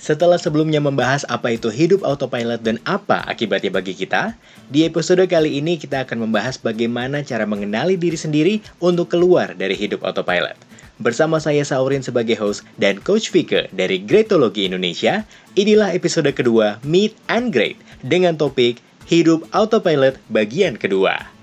Setelah sebelumnya membahas apa itu hidup autopilot dan apa akibatnya bagi kita, di episode kali ini kita akan membahas bagaimana cara mengenali diri sendiri untuk keluar dari hidup autopilot. Bersama saya Saurin sebagai host dan Coach Vike dari Greatology Indonesia, inilah episode kedua Meet and Great dengan topik Hidup Autopilot bagian kedua.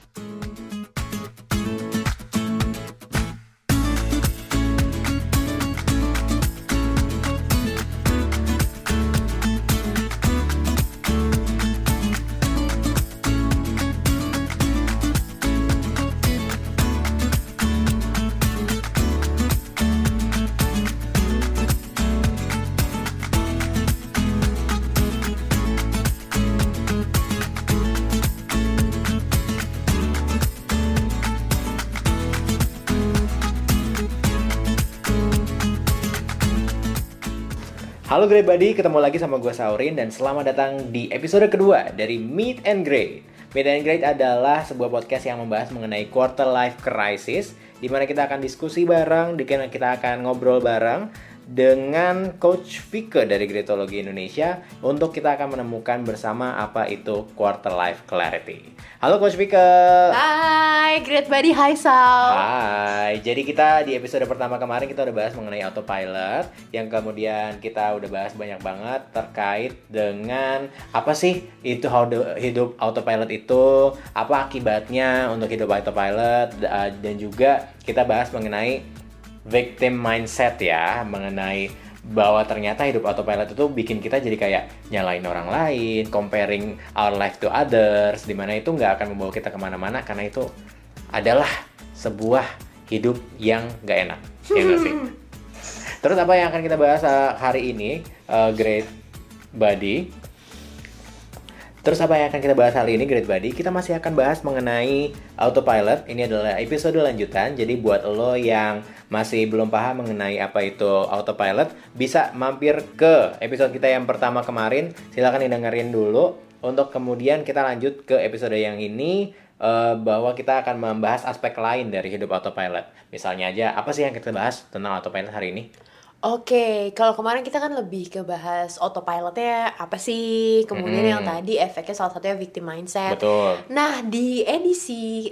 Halo Great Buddy, ketemu lagi sama gue Saurin dan selamat datang di episode kedua dari Meet and Great. Meet and Great adalah sebuah podcast yang membahas mengenai quarter life crisis, di mana kita akan diskusi bareng, kita akan ngobrol bareng dengan Coach Vike dari Greatology Indonesia untuk kita akan menemukan bersama apa itu quarter life clarity. Halo Coach Vike. Hai Great Buddy, hai Sal. Hai, jadi kita di episode pertama kemarin kita udah bahas mengenai autopilot, yang kemudian kita udah bahas banyak banget terkait dengan apa sih itu hidup autopilot itu, apa akibatnya untuk hidup autopilot, dan juga kita bahas mengenai victim mindset ya, mengenai bahwa ternyata hidup autopilot itu bikin kita jadi kayak nyalain orang lain, comparing our life to others, dimana itu nggak akan membawa kita kemana-mana karena itu adalah sebuah hidup yang nggak enak, ya nggak sih? Terus apa yang akan kita bahas hari ini, Great Buddy? Terus apa yang akan kita bahas hari ini, Great Buddy? Kita masih akan bahas mengenai autopilot. Ini adalah episode lanjutan. Jadi buat lo yang masih belum paham mengenai apa itu autopilot, bisa mampir ke episode kita yang pertama kemarin. Silakan didengerin dulu. Untuk kemudian kita lanjut ke episode yang ini, bahwa kita akan membahas aspek lain dari hidup autopilot. Misalnya aja, apa sih yang kita bahas tentang autopilot hari ini? Oke, kalau kemarin kita kan lebih ke bahas autopilotnya apa sih, kemudian yang tadi efeknya salah satunya victim mindset. Betul. Nah, di edisi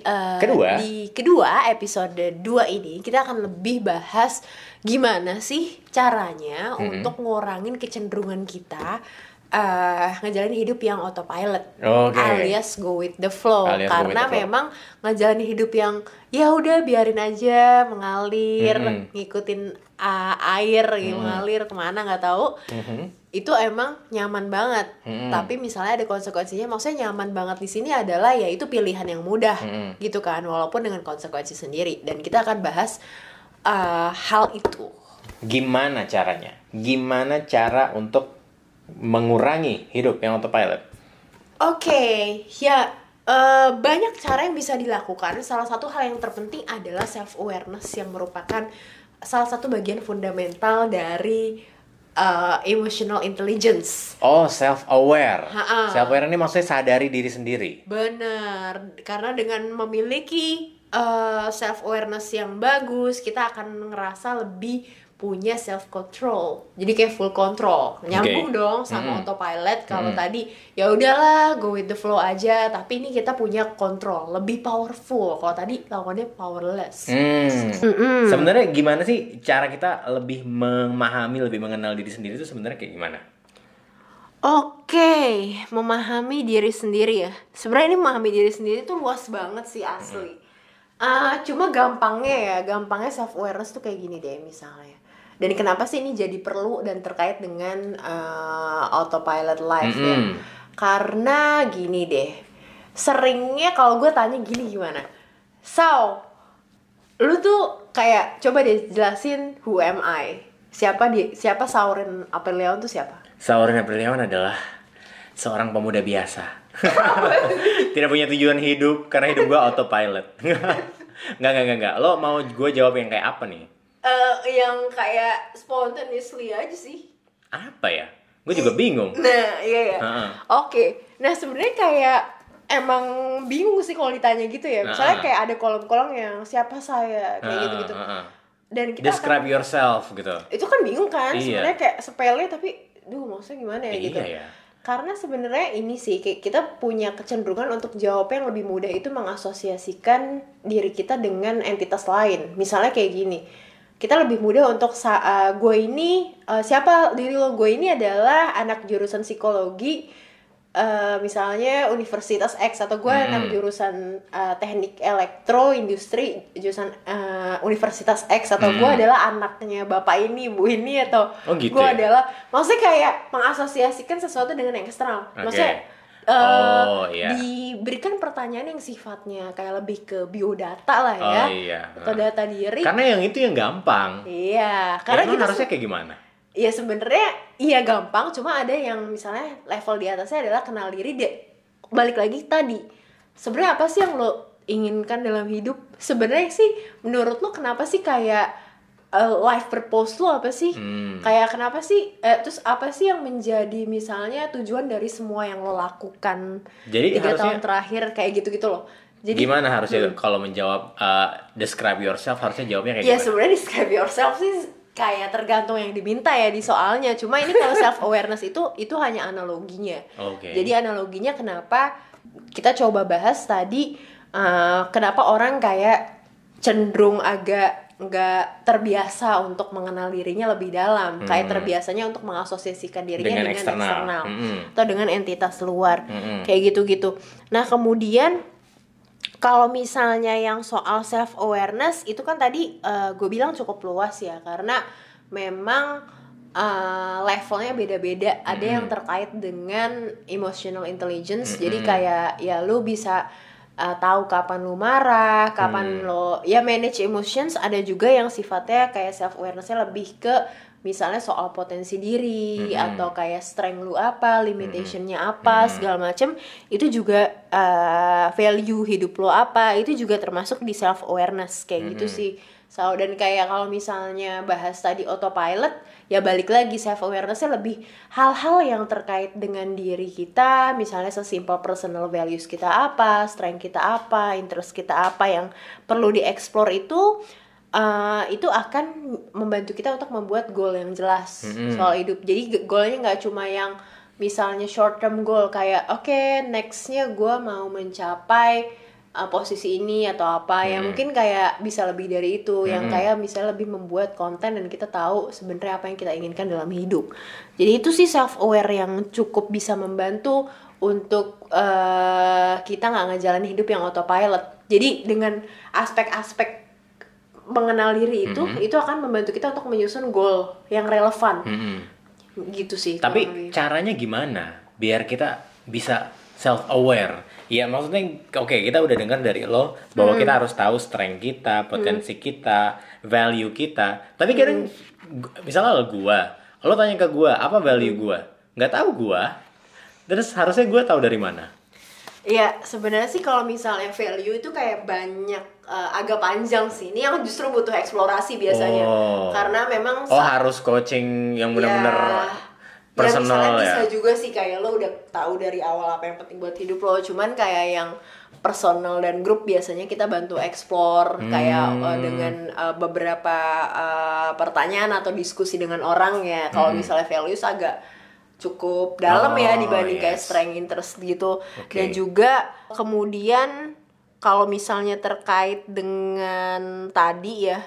kedua episode 2 ini kita akan lebih bahas gimana sih caranya untuk ngurangin kecenderungan kita ngejalanin hidup yang autopilot, alias go with the flow. Karena memang ngejalanin hidup yang ya udah biarin aja mengalir, ngikutin air, mengalir kemana nggak tahu, itu emang nyaman banget. Tapi misalnya ada konsekuensinya, maksudnya nyaman banget di sini adalah ya itu pilihan yang mudah, gitu kan, walaupun dengan konsekuensi sendiri. Dan kita akan bahas hal itu. Gimana caranya? Gimana cara untuk mengurangi hidup yang autopilot? Oke, ya banyak cara yang bisa dilakukan. Salah satu hal yang terpenting adalah self-awareness, yang merupakan salah satu bagian fundamental dari emotional intelligence. Oh, self-aware. Self-aware ini maksudnya sadari diri sendiri. Benar, karena dengan memiliki self-awareness yang bagus, kita akan ngerasa lebih punya self control. Jadi kayak full control. Nyambung dong sama autopilot. Kalau tadi ya udahlah go with the flow aja, tapi ini kita punya kontrol, lebih powerful. Kalau tadi lawannya powerless. Sebenarnya gimana sih cara kita lebih memahami, lebih mengenal diri sendiri itu sebenarnya kayak gimana? Oke, memahami diri sendiri ya. Sebenarnya ini memahami diri sendiri tuh luas banget sih asli. Cuma gampangnya self awareness tuh kayak gini deh misalnya. Dan kenapa sih ini jadi perlu dan terkait dengan autopilot life ya? Karena gini deh, seringnya kalau gue tanya gini, gimana? So, lu tuh kayak coba deh jelasin who am I? Siapa Saurin Apeliawan tuh siapa? Saurin Apeliawan adalah seorang pemuda biasa. Tidak punya tujuan hidup karena hidup gue autopilot. Enggak. Lo mau gue jawab yang kayak apa nih? Yang kayak spontaneously aja sih. Apa ya? Gue juga bingung. Nah, iya. Oke. Nah, sebenarnya kayak emang bingung sih kalau ditanya gitu ya. Misalnya kayak ada kolom-kolom yang siapa saya kayak gitu-gitu. dan kita describe yourself gitu. Itu kan bingung kan, Iya. sebenarnya kayak sepele tapi maksudnya gimana ya gitu. Iya. Karena sebenarnya ini sih kayak kita punya kecenderungan untuk jawab yang lebih mudah itu mengasosiasikan diri kita dengan entitas lain. Misalnya kayak gini, kita lebih mudah untuk gue ini siapa diri lo, gue ini adalah anak jurusan psikologi misalnya Universitas X, atau gue anak jurusan teknik elektro industri jurusan Universitas X, atau gue adalah anaknya bapak ini ibu ini, atau gitu gue ya? adalah, maksudnya kayak mengasosiasikan sesuatu dengan yang eksternal. Maksudnya diberikan pertanyaan yang sifatnya kayak lebih ke biodata lah ya, atau data diri. Karena yang itu yang gampang. Iya, karena kita harusnya kayak gimana? Ya sebenarnya iya gampang, cuma ada yang misalnya level di atasnya adalah kenal diri. Balik lagi tadi, sebenarnya apa sih yang lo inginkan dalam hidup? Sebenarnya sih menurut lo kenapa sih kayak life purpose lo apa sih? Kayak kenapa sih terus apa sih yang menjadi misalnya tujuan dari semua yang lo lakukan 3 tahun terakhir kayak gitu-gitu loh. Jadi gimana harusnya kalau menjawab describe yourself, harusnya jawabnya kayak gimana? Ya sebenarnya describe yourself sih kayak tergantung yang diminta ya di soalnya. Cuma ini kalau self awareness itu hanya analoginya. Jadi analoginya kenapa kita coba bahas tadi, kenapa orang kayak cenderung agak nggak terbiasa untuk mengenal dirinya lebih dalam, kayak terbiasanya untuk mengasosiasikan dirinya dengan eksternal atau dengan entitas luar, kayak gitu-gitu. Nah kemudian kalau misalnya yang soal self awareness itu kan tadi gue bilang cukup luas ya, karena memang levelnya beda-beda. Ada yang terkait dengan emotional intelligence, jadi kayak ya lu bisa tahu kapan lu marah, kapan lo ya manage emotions. Ada juga yang sifatnya kayak self awarenessnya lebih ke misalnya soal potensi diri, atau kayak strength lu apa, limitationnya apa, segala macem. Itu juga value hidup lo apa, itu juga termasuk di self awareness kayak gitu sih. Dan kayak kalau misalnya bahas tadi autopilot, ya balik lagi self awarenessnya lebih hal-hal yang terkait dengan diri kita, misalnya sesimpel personal values kita apa, strength kita apa, interest kita apa yang perlu dieksplor. Itu akan membantu kita untuk membuat goal yang jelas soal hidup. Jadi goalnya nggak cuma yang misalnya short term goal kayak nextnya gue mau mencapai posisi ini atau apa, yang mungkin kayak bisa lebih dari itu, yang kayak misalnya lebih membuat konten dan kita tahu sebenarnya apa yang kita inginkan dalam hidup. Jadi itu sih self aware yang cukup bisa membantu untuk kita nggak ngejalanin hidup yang autopilot. Jadi dengan aspek-aspek mengenal diri itu akan membantu kita untuk menyusun goal yang relevan. Gitu sih. Tapi caranya gimana biar kita bisa self aware? Ya maksudnya kita udah dengar dari lo bahwa kita harus tahu strength kita, potensi kita, value kita. Tapi kadang misalnya lo tanya ke gue apa value gue, nggak tahu gue. Terus harusnya gue tahu dari mana? Ya sebenarnya sih kalau misalnya value itu kayak banyak agak panjang sih. Ini yang justru butuh eksplorasi biasanya. Karena memang harus coaching yang benar-benar personal ya. Bisa juga sih kayak lo udah tahu dari awal apa yang penting buat hidup lo. Cuman kayak yang personal dan grup biasanya kita bantu explore kayak dengan beberapa pertanyaan atau diskusi dengan orang ya. Kalau misalnya values agak cukup dalam ya dibanding kayak strength interest gitu. Dan juga kemudian kalau misalnya terkait dengan tadi ya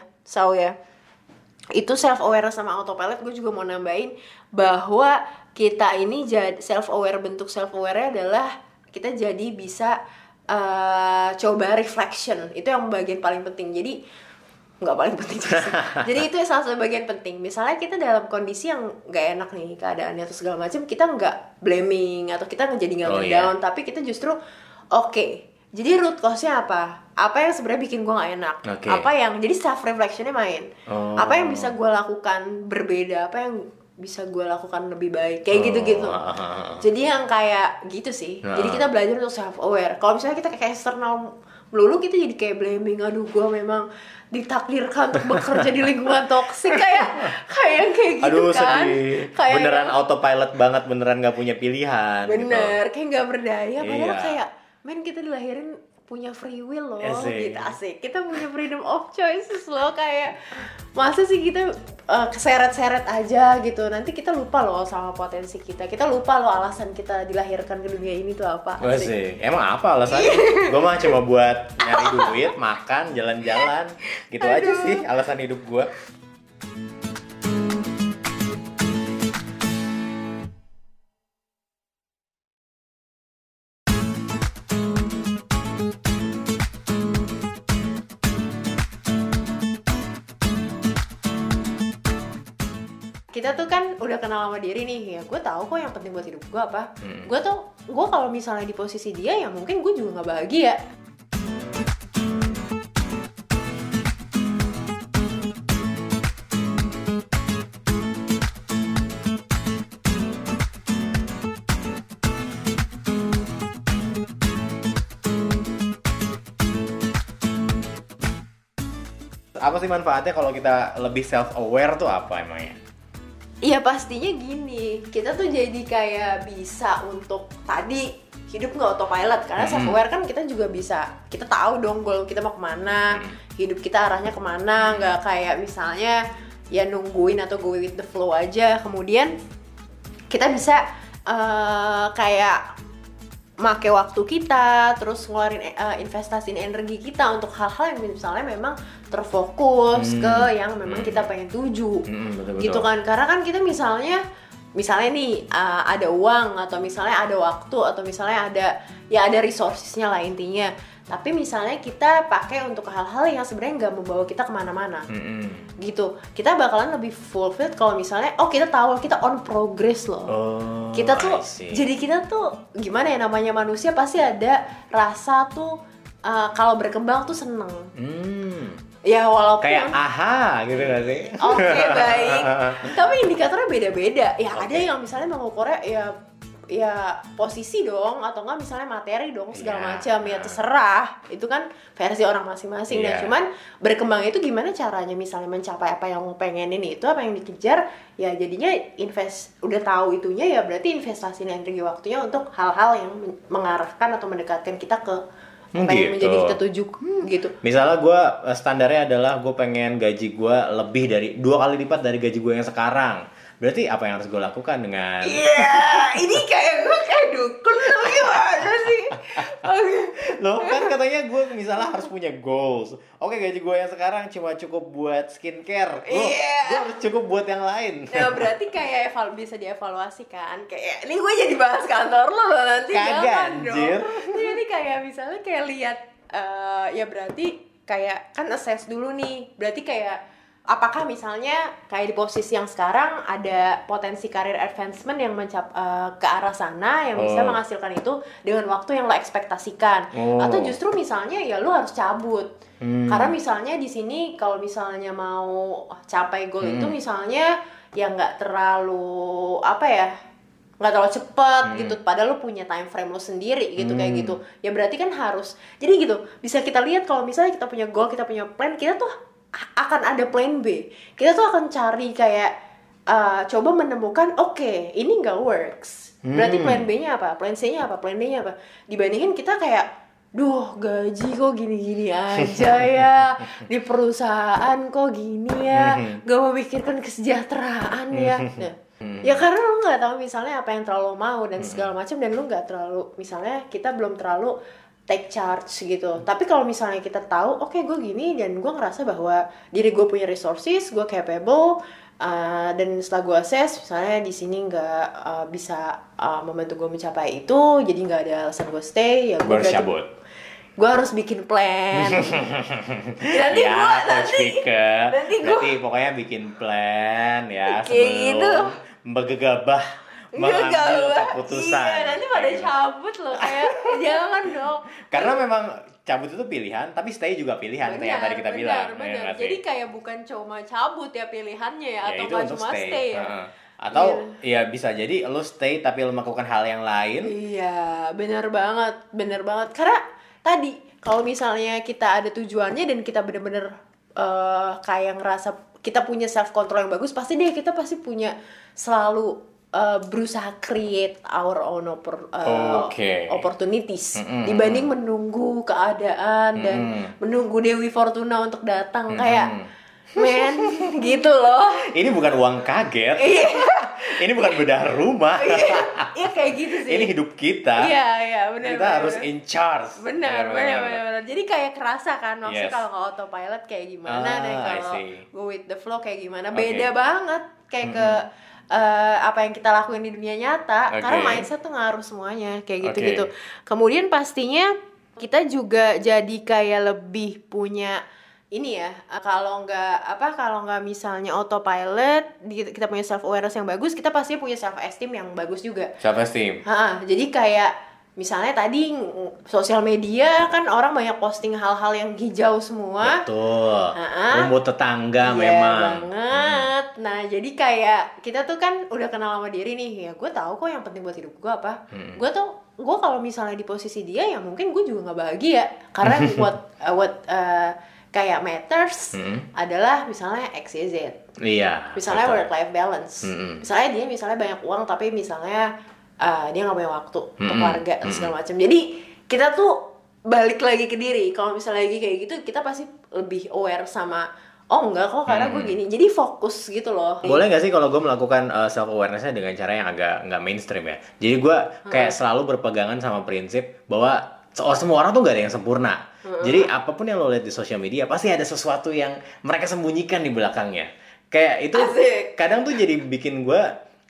itu self aware sama autopilot, gue juga mau nambahin bahwa kita ini self aware, bentuk self aware adalah kita jadi bisa coba reflection. Itu yang bagian paling penting. Jadi nggak paling penting sih. Jadi itu salah satu bagian penting. Misalnya kita dalam kondisi yang nggak enak nih keadaannya atau segala macam, kita nggak blaming atau kita jadi nggak down, tapi kita justru jadi root cause-nya apa? Apa yang sebenarnya bikin gue gak enak? Apa yang, jadi self-reflection-nya main. Apa yang bisa gue lakukan berbeda? Apa yang bisa gue lakukan lebih baik? Kayak gitu-gitu. Jadi yang kayak gitu sih. Jadi kita belajar untuk self-aware. Kalau misalnya kita kayak eksternal melulu, kita jadi kayak blaming. Aduh, gue memang ditakdirkan untuk bekerja di lingkungan toksik. Kayak gitu. Aduh, kan. Sedih. Kayak beneran autopilot banget, beneran gak punya pilihan. Bener, gitu. Kayak gak berdaya. Padahal kayak kita dilahirin punya free will loh, gitu. Asik. Kita punya freedom of choices loh, kayak masa sih kita keseret-seret aja gitu. Nanti kita lupa loh sama potensi kita. Kita lupa loh alasan kita dilahirkan ke dunia ini tuh apa. Asik. Emang apa alasannya? Gue mah cuma buat nyari duit, makan, jalan-jalan. Gitu aja sih alasan hidup gue. Kita tuh kan udah kenal sama diri nih, ya gue tahu kok yang penting buat hidup gue apa. Gue kalau misalnya di posisi dia, ya mungkin gue juga nggak bahagia. Apa sih manfaatnya kalau kita lebih self aware tuh apa emangnya? Ya pastinya gini, kita tuh jadi kayak bisa untuk tadi hidup nggak autopilot, karena self aware kan kita juga bisa, kita tahu dong goal kita mau kemana, hidup kita arahnya kemana, nggak kayak misalnya ya nungguin atau go with the flow aja. Kemudian kita bisa kayak make waktu kita, terus ngeluarin investasiin energi kita untuk hal-hal yang misalnya memang terfokus ke yang memang kita pengen tuju, betul-betul. Gitu kan. Karena kan kita misalnya nih ada uang, atau misalnya ada waktu, atau misalnya ada resourcesnya lah intinya. Tapi misalnya kita pakai untuk hal-hal yang sebenarnya nggak membawa kita kemana-mana, gitu. Kita bakalan lebih fulfilled kalau misalnya, kita tahu kita on progress loh. Kita tuh, jadi kita tuh gimana ya, namanya manusia pasti ada rasa tuh kalau berkembang tuh seneng. Ya walaupun kayak aha gitu gak sih? Oke, baik. Tapi indikatornya beda-beda. Ya ada yang misalnya mengukurnya ya posisi dong, atau enggak misalnya materi dong, segala macam. Ya terserah, itu kan versi orang masing-masing. Nah cuman berkembang itu gimana caranya, misalnya mencapai apa yang mau pengenin, itu apa yang dikejar, ya jadinya udah tahu itunya, ya berarti investasi energi waktunya untuk hal-hal yang mengarahkan atau mendekatkan kita ke apa yang menjadi kita tuju, gitu. Misalnya gue standarnya adalah gue pengen gaji gue lebih dari 2 kali lipat dari gaji gue yang sekarang. Berarti apa yang harus gue lakukan dengan? Ini kayak gue kayak dukun tuh, gimana sih? Loh kan katanya gue misalnya harus punya goals. Oke, gaji gue yang sekarang cuma cukup buat skincare. Gue harus cukup buat yang lain. Ya berarti kayak bisa dievaluasi kan. Kayak ini gue jadi bahas kantor lo nanti. Kagak anjir. Jadi kayak misalnya kayak lihat ya berarti kayak kan assess dulu nih. Berarti kayak apakah misalnya kayak di posisi yang sekarang ada potensi karir advancement yang ke arah sana yang bisa menghasilkan itu dengan waktu yang lo ekspektasikan, atau justru misalnya ya lo harus cabut karena misalnya di sini kalau misalnya mau capai goal itu misalnya ya nggak terlalu nggak terlalu cepet gitu, padahal lo punya time frame lo sendiri gitu, kayak gitu ya berarti kan harus jadi gitu. Bisa kita lihat kalau misalnya kita punya goal, kita punya plan, kita tuh akan ada plan B. Kita tuh akan cari kayak coba menemukan ini nggak works, berarti plan B-nya apa, plan C-nya apa, plan D-nya apa. Dibandingin kita kayak gaji kok gini-gini aja ya, di perusahaan kok gini ya, gak memikirkan kesejahteraan ya. Ya karena lo nggak tahu misalnya apa yang terlalu mau dan segala macam, dan lo nggak terlalu, misalnya kita belum terlalu take charge gitu. Tapi kalau misalnya kita tahu, gue gini, dan gue ngerasa bahwa diri gue punya resources, gue capable, dan setelah gue assess, misalnya di sini nggak bisa membantu gue mencapai itu, jadi nggak ada alasan gue stay, ya gue cabut. Gue harus bikin plan. Nanti berarti pokoknya bikin plan ya sebelum gegabah mengambil keputusan. Iya, nanti pada cabut loh, kayak jangan dong. Karena memang cabut itu pilihan, tapi stay juga pilihan, yang tadi kita bilang. Benar. Jadi kayak bukan cuma cabut ya pilihannya ya, atau nggak cuma stay ya. Atau ya bisa jadi lo stay tapi lo melakukan hal yang lain. Iya, benar banget. Karena tadi kalau misalnya kita ada tujuannya dan kita benar-benar kayak ngerasa kita punya self control yang bagus, pasti kita pasti punya selalu berusaha create our own opportunities dibanding menunggu keadaan dan menunggu Dewi Fortuna untuk datang kayak men gitu loh. Ini bukan uang kaget. Ini bukan bedah rumah. Iya kayak gitu sih. Ini hidup kita. Iya benar. Kita harus in charge. Benar. Jadi kayak kerasa kan maksudnya kalau nggak autopilot kayak gimana dan kalau go with the flow kayak gimana. Beda banget kayak ke apa yang kita lakuin di dunia nyata. Karena mindset tuh ngaruh semuanya kayak gitu-gitu. Kemudian pastinya kita juga jadi kayak lebih punya ini ya, kalau nggak misalnya autopilot, kita punya self awareness yang bagus, kita pasti punya self esteem yang bagus juga. Self esteem. Jadi kayak misalnya tadi sosial media kan orang banyak posting hal-hal yang hijau semua. Betul. Rumput tetangga memang. Banget. Nah jadi kayak kita tuh kan udah kenal sama diri nih, ya gue tahu kok yang penting buat hidup gue apa. Gue kalau misalnya di posisi dia ya mungkin gue juga nggak bahagia karena what kayak matters adalah misalnya X, Y, Z. Iya. Misalnya work life balance. Misalnya dia banyak uang tapi misalnya dia nggak punya waktu untuk keluarga dan segala macam. Jadi kita tuh balik lagi ke diri. Kalau misalnya lagi kayak gitu kita pasti lebih aware sama enggak kok karena gue gini. Jadi fokus gitu loh. Boleh nggak sih kalau gue melakukan self awareness-nya dengan cara yang agak nggak mainstream ya? Jadi gue kayak selalu berpegangan sama prinsip bahwa semua orang tuh nggak ada yang sempurna. Jadi apapun yang lo lihat di sosial media pasti ada sesuatu yang mereka sembunyikan di belakangnya. Kayak itu kadang tuh jadi bikin gue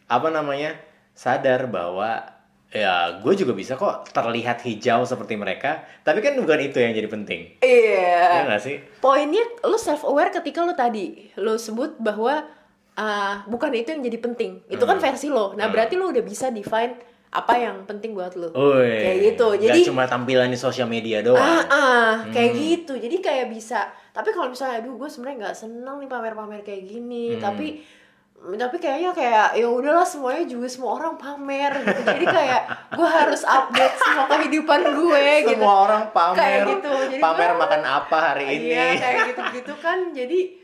sadar bahwa ya gue juga bisa kok terlihat hijau seperti mereka. Tapi kan bukan itu yang jadi penting. Iya. Iya nggak sih? Poinnya lo self aware ketika lo tadi lo sebut bahwa bukan itu yang jadi penting. Itu kan versi lo. Nah berarti lo udah bisa define apa yang penting buat lo. Kayak gitu. Jadi gak cuma tampilan di sosial media doang. Kayak gitu. Jadi kayak bisa. Tapi kalau misalnya aduh gue sebenarnya nggak seneng nih pamer-pamer kayak gini. Tapi kayaknya kayak ya udahlah semuanya juga semua orang pamer gitu. Jadi kayak gue harus update semua kehidupan gue gitu. Semua orang pamer. Kayak gitu. Jadi pamer makan apa hari ini. Iya kayak gitu-gitu kan. Jadi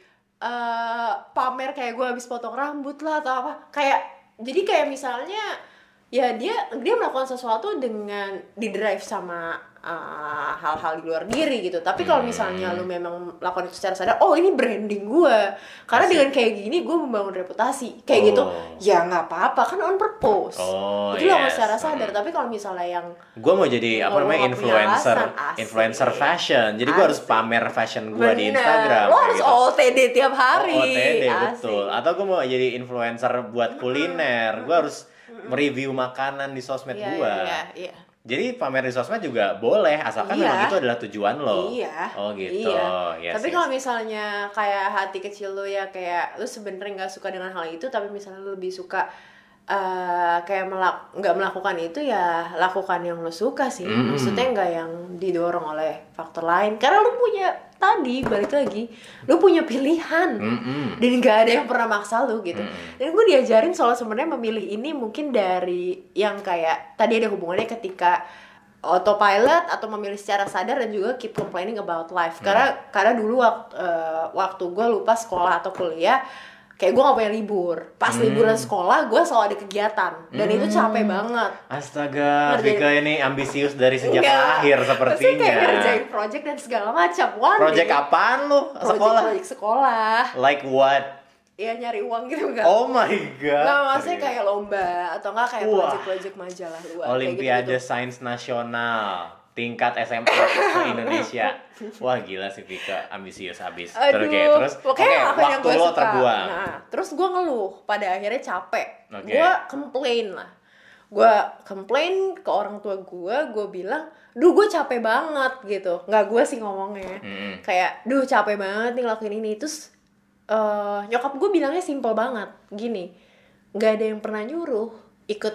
pamer kayak gue habis potong rambut lah atau apa. Jadi kayak misalnya ya dia melakukan sesuatu dengan didrive sama hal-hal di luar diri gitu. Tapi kalau misalnya lu memang melakukan itu secara sadar, ini branding gue. Karena dengan kayak gini gue membangun reputasi. Kayak gitu, ya nggak apa-apa kan on purpose. Itu lakukan secara sadar. Tapi kalau misalnya yang gue mau jadi influencer fashion. Jadi gue harus pamer fashion gue di Instagram. Lo harus OTD tiap hari. OTD betul. Atau gue mau jadi influencer buat kuliner. Gue harus mereview makanan di sosmed gue. Iya. Jadi pamer di sosmed juga boleh, asalkan memang itu adalah tujuan lo. Iya. Oh gitu. Iya. Tapi kalau misalnya kayak hati kecil lo ya kayak lo sebenarnya nggak suka dengan hal itu, tapi misalnya lo lebih suka kayak nggak melakukan itu, ya lakukan yang lo suka sih. Maksudnya nggak yang didorong oleh faktor lain. Karena lo punya balik lagi, lo punya pilihan dan nggak ada yang pernah maksa lo gitu. Dan gue diajarin soal sebenarnya memilih ini mungkin dari yang kayak tadi ada hubungannya ketika autopilot atau memilih secara sadar dan juga keep complaining about life. Karena dulu waktu gue lupa sekolah atau kuliah, kayak gue gak punya libur. Pas liburan sekolah, gue selalu ada kegiatan. Dan itu capek banget. Astaga, Vika ini ambisius dari sejak lahir sepertinya. Maksudnya kayak ngerjain project dan segala macam. Project apaan lu? Project sekolah. Like what? Ya nyari uang gitu kan. Oh my god. Nggak, maksudnya kayak lomba. Atau nggak kayak project majalah luar. Olimpiade Sains Nasional tingkat SMA se-Indonesia. Wah gila sih Vika, ambisius habis. Terus waktu lo terbuang. Nah, terus gue ngeluh, pada akhirnya capek. Gue komplain lah. Gue komplain ke orang tua gue bilang, gue capek banget gitu. Nggak gue sih ngomongnya. Kayak, capek banget nih ngelakuin ini. Terus nyokap gue bilangnya simple banget. Gini, nggak ada yang pernah nyuruh ikut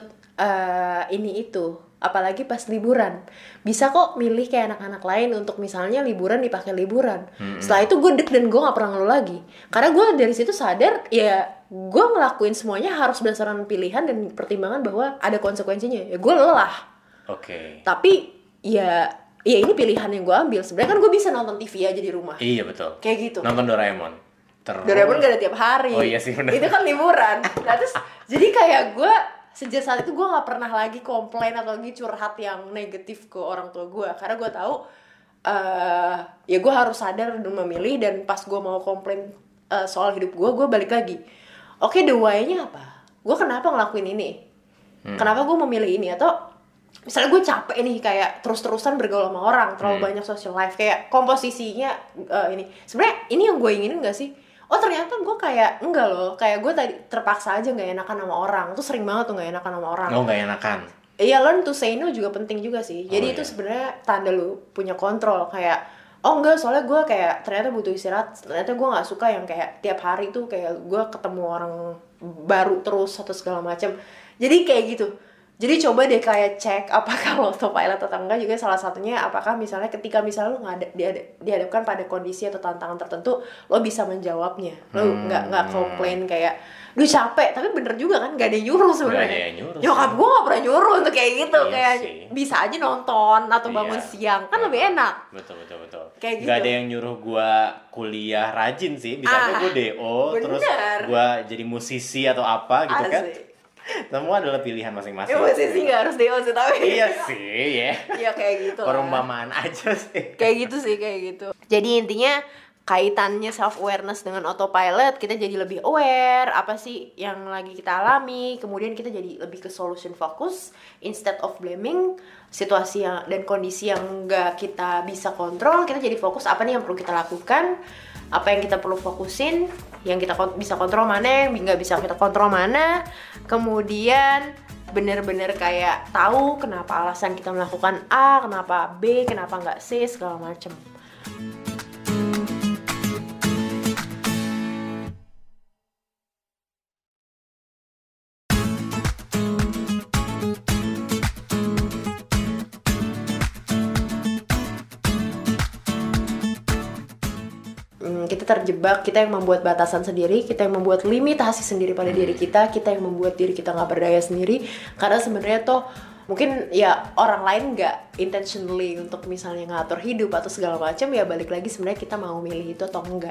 ini itu. Apalagi pas liburan, bisa kok milih kayak anak-anak lain untuk misalnya liburan dipakai liburan. Setelah itu gue deg dan gue nggak pernah ngeluh lagi, karena gue dari situ sadar ya gue ngelakuin semuanya harus berdasarkan pilihan dan pertimbangan bahwa ada konsekuensinya. Ya gue lelah. Tapi ya ini pilihan yang gue ambil. Sebenarnya kan gue bisa nonton TV aja di rumah. Iya betul. Kayak gitu. Nonton Doraemon. Doraemon gak ada tiap hari. Oh iya sih benar. Itu kan liburan. Nah terus jadi kayak gue sejak saat itu gue nggak pernah lagi komplain atau lagi curhat yang negatif ke orang tua gue, karena gue tahu ya gue harus sadar dan memilih. Dan pas gue mau komplain soal hidup gue balik lagi, oke, the why-nya apa, gue kenapa ngelakuin ini, kenapa gue memilih ini. Atau misalnya gue capek nih kayak terus-terusan bergaul sama orang, terlalu banyak social life, kayak komposisinya ini sebenarnya ini yang gue inginin gak sih? Oh ternyata gue kayak enggak loh, kayak gue tadi terpaksa aja nggak enakan sama orang. Tuh sering banget tuh nggak enakan sama orang. Oh nggak enakan. Iya, learn to say no juga penting juga sih. Jadi itu sebenarnya tanda lu punya kontrol. Kayak oh enggak, soalnya gue kayak ternyata butuh istirahat. Ternyata gue nggak suka yang kayak tiap hari tuh kayak gue ketemu orang baru terus atau segala macam. Jadi kayak gitu. Jadi coba deh kayak cek apakah lo autopilot atau enggak. Juga salah satunya apakah misalnya ketika misalnya lo dihadapkan pada kondisi atau tantangan tertentu, lo bisa menjawabnya. Lo nggak komplain kayak duh capek, tapi bener juga kan gak ada yang nyuruh sebenarnya. Nyokap gue gak pernah nyuruh untuk kayak gitu. Iya, kayak sih, bisa aja nonton atau bangun siang kan lebih enak. Betul kayak gitu. Gak ada yang nyuruh gue kuliah rajin sih. Bisa aja gue DO terus gue jadi musisi atau apa gitu. Asik kan. Semua adalah pilihan masing-masing. Ya musisi gak harus DO sih, tapi iya sih ya. Iya kayak gitu. Perumpamaan aja sih. Kayak gitu. Jadi intinya kaitannya self awareness dengan autopilot, kita jadi lebih aware apa sih yang lagi kita alami, kemudian kita jadi lebih ke solution focus instead of blaming situasi dan kondisi yang nggak kita bisa kontrol. Kita jadi fokus apa nih yang perlu kita lakukan, apa yang kita perlu fokusin, yang kita bisa kontrol mana, yang nggak bisa kita kontrol mana. Kemudian bener-bener kayak tahu kenapa alasan kita melakukan A, kenapa B, kenapa nggak C, segala macem. Kita terjebak, kita yang membuat batasan sendiri, kita yang membuat limitasi sendiri pada diri kita yang membuat diri kita nggak berdaya sendiri. Karena sebenarnya toh mungkin ya orang lain nggak intentionally untuk misalnya ngatur hidup atau segala macam, ya balik lagi sebenarnya kita mau milih itu atau enggak.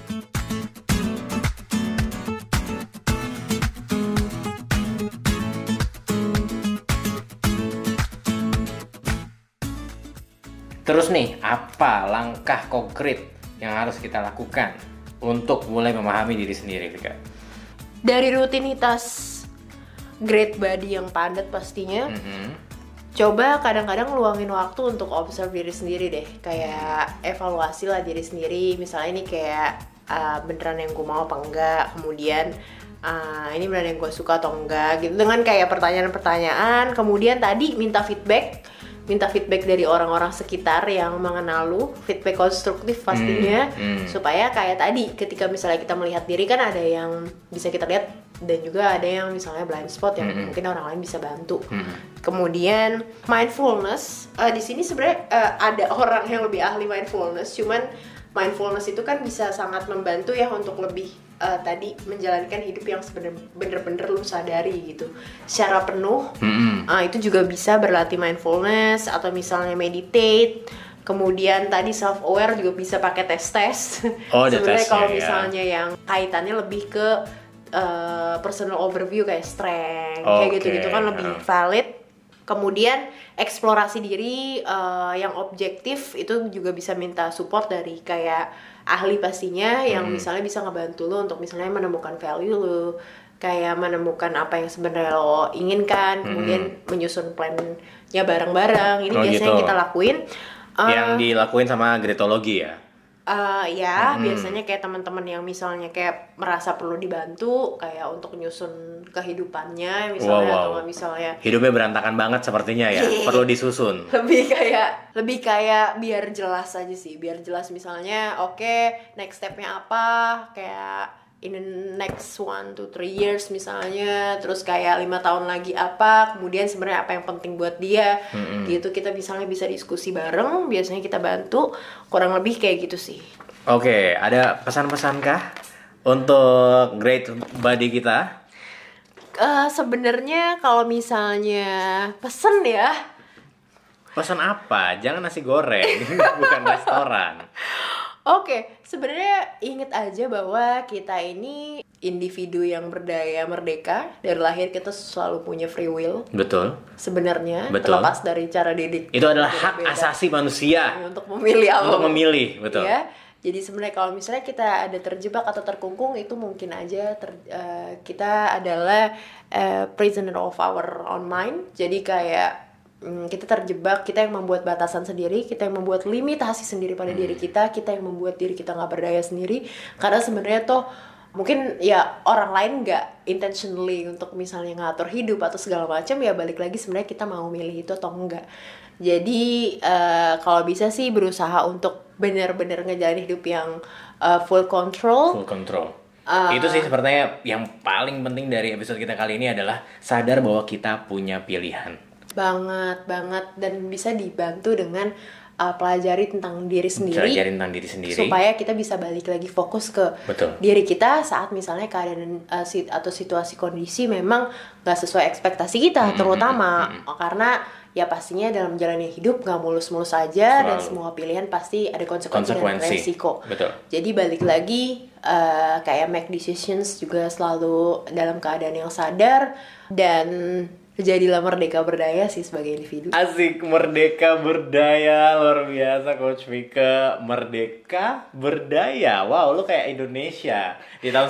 Terus nih, apa langkah konkret yang harus kita lakukan untuk mulai memahami diri sendiri, Vika? Dari rutinitas great body yang padat pastinya. Coba kadang-kadang luangin waktu untuk observe diri sendiri deh. Kayak evaluasi lah diri sendiri. Misalnya ini kayak beneran yang gue mau apa enggak. Kemudian ini beneran yang gue suka atau enggak gitu. Dengan kayak pertanyaan-pertanyaan. Kemudian tadi minta feedback dari orang-orang sekitar yang mengenal lu, feedback konstruktif pastinya, supaya kayak tadi ketika misalnya kita melihat diri kan ada yang bisa kita lihat dan juga ada yang misalnya blind spot yang mungkin orang lain bisa bantu. Kemudian mindfulness, di sini sebenarnya ada orang yang lebih ahli mindfulness, cuman mindfulness itu kan bisa sangat membantu ya untuk lebih tadi menjalankan hidup yang bener-bener lu sadari gitu secara penuh. Itu juga bisa berlatih mindfulness atau misalnya meditate. Kemudian tadi self aware juga bisa pakai tes. Sebenarnya kalau misalnya yang kaitannya lebih ke personal overview kayak strength, kayak gitu-gitu kan lebih valid. Kemudian eksplorasi diri yang objektif itu juga bisa minta support dari kayak ahli pastinya yang misalnya bisa ngebantu lo untuk misalnya menemukan value lo, kayak menemukan apa yang sebenarnya lo inginkan, kemudian menyusun plan-nya bareng-bareng. Ini biasanya gitu. Kita lakuin. Yang dilakuin sama gretologi ya? Biasanya kayak teman-teman yang misalnya kayak merasa perlu dibantu kayak untuk nyusun kehidupannya misalnya, atau misalnya hidupnya berantakan banget sepertinya ya, perlu disusun. Lebih kayak biar jelas aja sih, biar jelas misalnya next stepnya apa, kayak in the next 1 to 3 years misalnya, terus kayak 5 tahun lagi apa, kemudian sebenarnya apa yang penting buat dia, gitu. Kita misalnya bisa diskusi bareng, biasanya kita bantu, kurang lebih kayak gitu sih. Oke, ada pesan-pesan kah untuk great body kita? Sebenarnya kalau misalnya pesen ya. Pesan apa? Jangan nasi goreng, bukan restoran. Oke, sebenarnya inget aja bahwa kita ini individu yang berdaya merdeka. Dari lahir kita selalu punya free will. Betul. Sebenarnya Betul. terlepas dari cara didik. Itu adalah hak asasi manusia untuk memilih apa. Untuk memilih, betul. Ya. Jadi sebenarnya kalau misalnya kita ada terjebak atau terkungkung, itu mungkin aja kita adalah prisoner of our own mind. Jadi kayak kita terjebak, kita yang membuat batasan sendiri, kita yang membuat limitasi sendiri pada diri kita yang membuat diri kita nggak berdaya sendiri. Karena sebenarnya toh mungkin ya orang lain nggak intentionally untuk misalnya ngatur hidup atau segala macam, ya balik lagi sebenarnya kita mau milih itu atau enggak. Jadi kalau bisa sih berusaha untuk benar-benar ngejalanin hidup yang full control. Itu sih sepertinya yang paling penting dari episode kita kali ini adalah sadar bahwa kita punya pilihan. Banget, dan bisa dibantu dengan pelajari tentang diri sendiri, supaya kita bisa balik lagi fokus ke diri kita saat misalnya keadaan atau situasi kondisi memang nggak sesuai ekspektasi kita, terutama karena ya pastinya dalam menjalani hidup nggak mulus-mulus aja. Selalu. Dan semua pilihan pasti ada konsekuensi dan resiko. Betul. Jadi balik lagi kayak make decisions juga selalu dalam keadaan yang sadar, dan jadilah merdeka berdaya sih sebagai individu. Asik, merdeka berdaya, luar biasa Coach Vika. Merdeka berdaya, wow, lu kayak Indonesia di tahun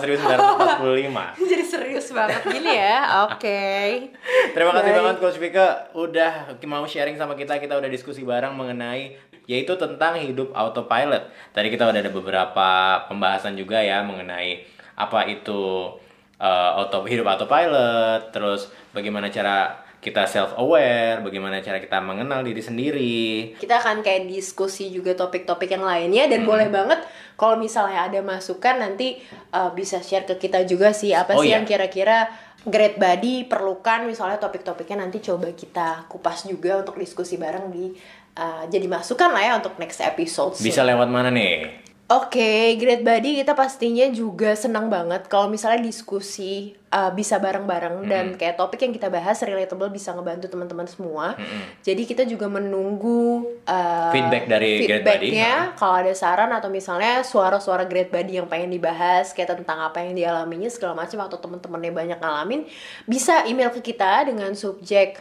1945. Jadi serius banget gini ya, oke. Terima kasih banget Coach Vika udah mau sharing sama kita udah diskusi bareng mengenai yaitu tentang hidup autopilot. Tadi kita udah ada beberapa pembahasan juga ya mengenai apa itu hidup autopilot, terus bagaimana cara kita self-aware, bagaimana cara kita mengenal diri sendiri. Kita akan kayak diskusi juga topik-topik yang lainnya, dan boleh banget kalau misalnya ada masukan nanti bisa share ke kita juga sih, apa sih yang kira-kira Great Body perlukan, misalnya topik-topiknya nanti coba kita kupas juga untuk diskusi bareng jadi masukan lah ya untuk next episode. Bisa lewat mana nih? Oke, Great Body kita pastinya juga senang banget kalau misalnya diskusi bisa bareng-bareng dan kayak topik yang kita bahas relatable, bisa ngebantu teman-teman semua. Jadi kita juga menunggu feedback dari Great Body. Kalau ada saran atau misalnya suara-suara Great Body yang pengen dibahas kayak tentang apa yang dialaminya segala macam, atau teman-temannya banyak ngalamin, bisa email ke kita dengan subjek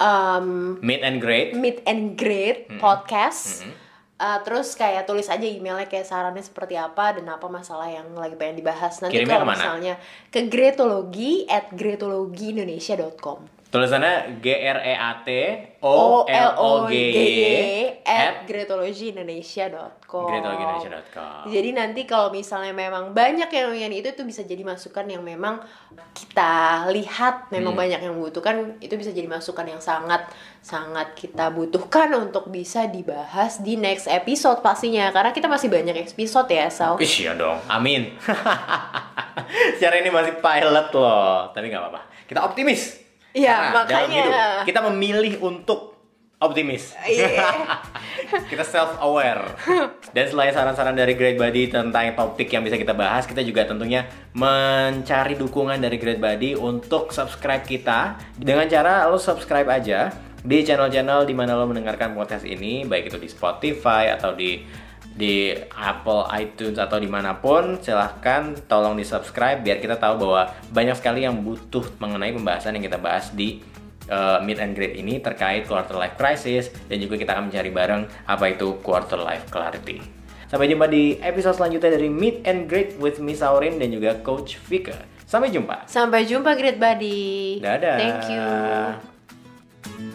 Meet and Great podcast. Terus kayak tulis aja emailnya kayak sarannya seperti apa dan apa masalah yang lagi pengen dibahas. Nanti kalau misalnya ke greatologi@greatologiindonesia.com. Tulisannya greatology@greatologiindonesia.com. Jadi nanti kalau misalnya memang banyak yang itu bisa jadi masukan yang memang kita lihat memang banyak yang membutuhkan, itu bisa jadi masukan yang sangat kita butuhkan untuk bisa dibahas di next episode pastinya, karena kita masih banyak episode ya, Sau. Iya dong, amin. Secara ini masih pilot loh, tapi nggak apa-apa, kita optimis. Iya, makanya dalam hidup kita memilih untuk optimis. Kita self-aware. Dan selain saran-saran dari Great Body tentang topik yang bisa kita bahas, kita juga tentunya mencari dukungan dari Great Body untuk subscribe kita. Dengan cara lo subscribe aja di channel-channel di mana lo mendengarkan podcast ini, baik itu di Spotify atau di Apple iTunes atau dimanapun. Silahkan tolong di subscribe biar kita tahu bahwa banyak sekali yang butuh mengenai pembahasan yang kita bahas di Meet and Greet ini terkait quarter life crisis, dan juga kita akan mencari bareng apa itu quarter life clarity. Sampai jumpa di episode selanjutnya dari Meet and Greet with Miss Aurin dan juga Coach Vika. Sampai jumpa Great Body. Dadah. Thank you.